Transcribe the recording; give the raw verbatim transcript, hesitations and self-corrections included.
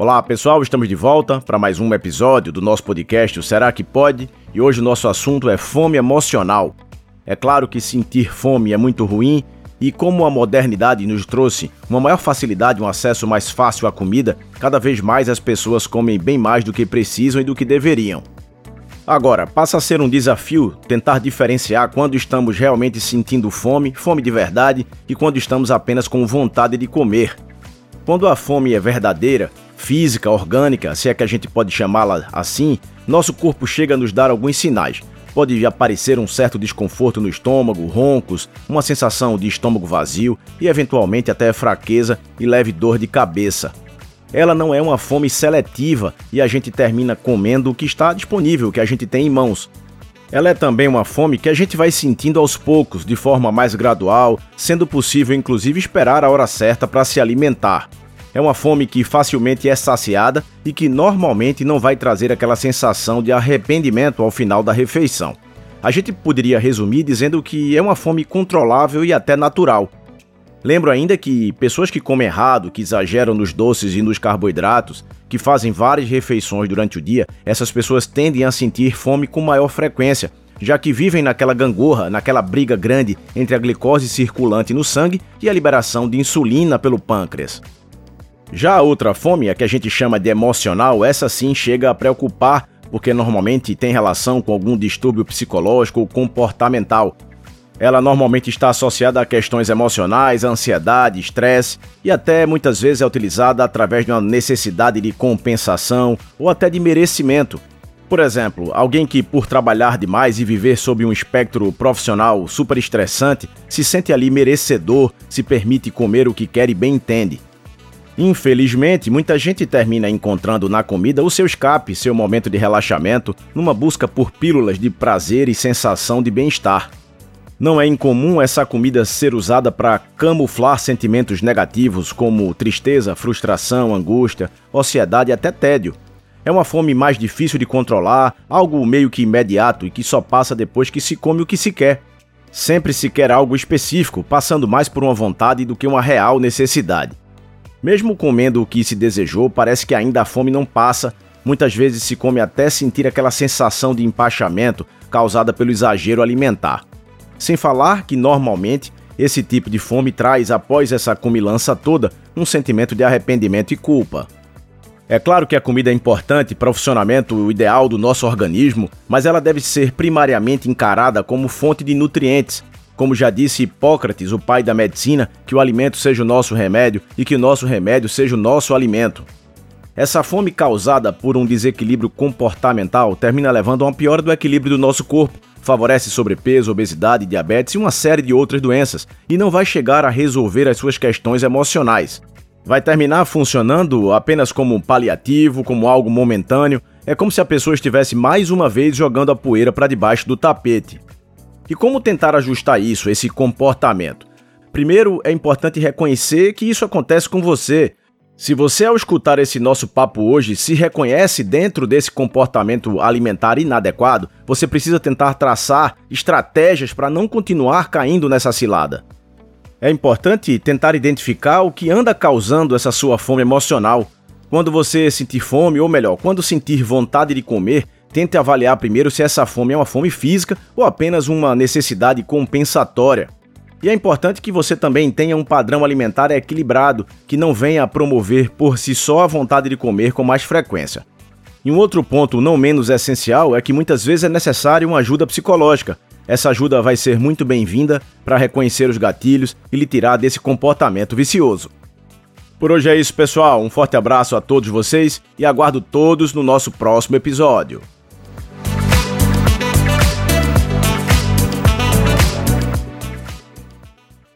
Olá pessoal, estamos de volta para mais um episódio do nosso podcast, o Será que Pode? E hoje o nosso assunto é fome emocional. É claro que sentir fome é muito ruim e como a modernidade nos trouxe uma maior facilidade, um acesso mais fácil à comida, cada vez mais as pessoas comem bem mais do que precisam e do que deveriam. Agora, passa a ser um desafio tentar diferenciar quando estamos realmente sentindo fome, fome de verdade, e quando estamos apenas com vontade de comer. Quando a fome é verdadeira, física, orgânica, se é que a gente pode chamá-la assim, nosso corpo chega a nos dar alguns sinais. Pode aparecer um certo desconforto no estômago, roncos, uma sensação de estômago vazio e eventualmente até fraqueza e leve dor de cabeça. Ela não é uma fome seletiva e a gente termina comendo o que está disponível, o que a gente tem em mãos. Ela é também uma fome que a gente vai sentindo aos poucos, de forma mais gradual, sendo possível inclusive esperar a hora certa para se alimentar. É uma fome que facilmente é saciada e que normalmente não vai trazer aquela sensação de arrependimento ao final da refeição. A gente poderia resumir dizendo que é uma fome controlável e até natural. Lembro ainda que pessoas que comem errado, que exageram nos doces e nos carboidratos, que fazem várias refeições durante o dia, essas pessoas tendem a sentir fome com maior frequência, já que vivem naquela gangorra, naquela briga grande entre a glicose circulante no sangue e a liberação de insulina pelo pâncreas. Já a outra fome, a que a gente chama de emocional, essa sim chega a preocupar, porque normalmente tem relação com algum distúrbio psicológico ou comportamental. Ela normalmente está associada a questões emocionais, ansiedade, estresse e até muitas vezes é utilizada através de uma necessidade de compensação ou até de merecimento. Por exemplo, alguém que por trabalhar demais e viver sob um espectro profissional super estressante se sente ali merecedor, se permite comer o que quer e bem entende. Infelizmente, muita gente termina encontrando na comida o seu escape, seu momento de relaxamento, numa busca por pílulas de prazer e sensação de bem-estar. Não é incomum essa comida ser usada para camuflar sentimentos negativos como tristeza, frustração, angústia, ansiedade e até tédio. É uma fome mais difícil de controlar, algo meio que imediato e que só passa depois que se come o que se quer. Sempre se quer algo específico, passando mais por uma vontade do que uma real necessidade. Mesmo comendo o que se desejou, parece que ainda a fome não passa. Muitas vezes se come até sentir aquela sensação de empachamento causada pelo exagero alimentar. Sem falar que, normalmente, esse tipo de fome traz, após essa comilança toda, um sentimento de arrependimento e culpa. É claro que a comida é importante para o funcionamento ideal do nosso organismo, mas ela deve ser primariamente encarada como fonte de nutrientes. Como já disse Hipócrates, o pai da medicina, que o alimento seja o nosso remédio e que o nosso remédio seja o nosso alimento. Essa fome causada por um desequilíbrio comportamental termina levando a uma piora do equilíbrio do nosso corpo, favorece sobrepeso, obesidade, diabetes e uma série de outras doenças, e não vai chegar a resolver as suas questões emocionais. Vai terminar funcionando apenas como um paliativo, como algo momentâneo, é como se a pessoa estivesse mais uma vez jogando a poeira para debaixo do tapete. E como tentar ajustar isso, esse comportamento? Primeiro, é importante reconhecer que isso acontece com você. Se você, ao escutar esse nosso papo hoje, se reconhece dentro desse comportamento alimentar inadequado, você precisa tentar traçar estratégias para não continuar caindo nessa cilada. É importante tentar identificar o que anda causando essa sua fome emocional. Quando você sentir fome, ou melhor, quando sentir vontade de comer, tente avaliar primeiro se essa fome é uma fome física ou apenas uma necessidade compensatória. E é importante que você também tenha um padrão alimentar equilibrado, que não venha a promover por si só a vontade de comer com mais frequência. E um outro ponto não menos essencial é que muitas vezes é necessário uma ajuda psicológica. Essa ajuda vai ser muito bem-vinda para reconhecer os gatilhos e lhe tirar desse comportamento vicioso. Por hoje é isso, pessoal. Um forte abraço a todos vocês e aguardo todos no nosso próximo episódio.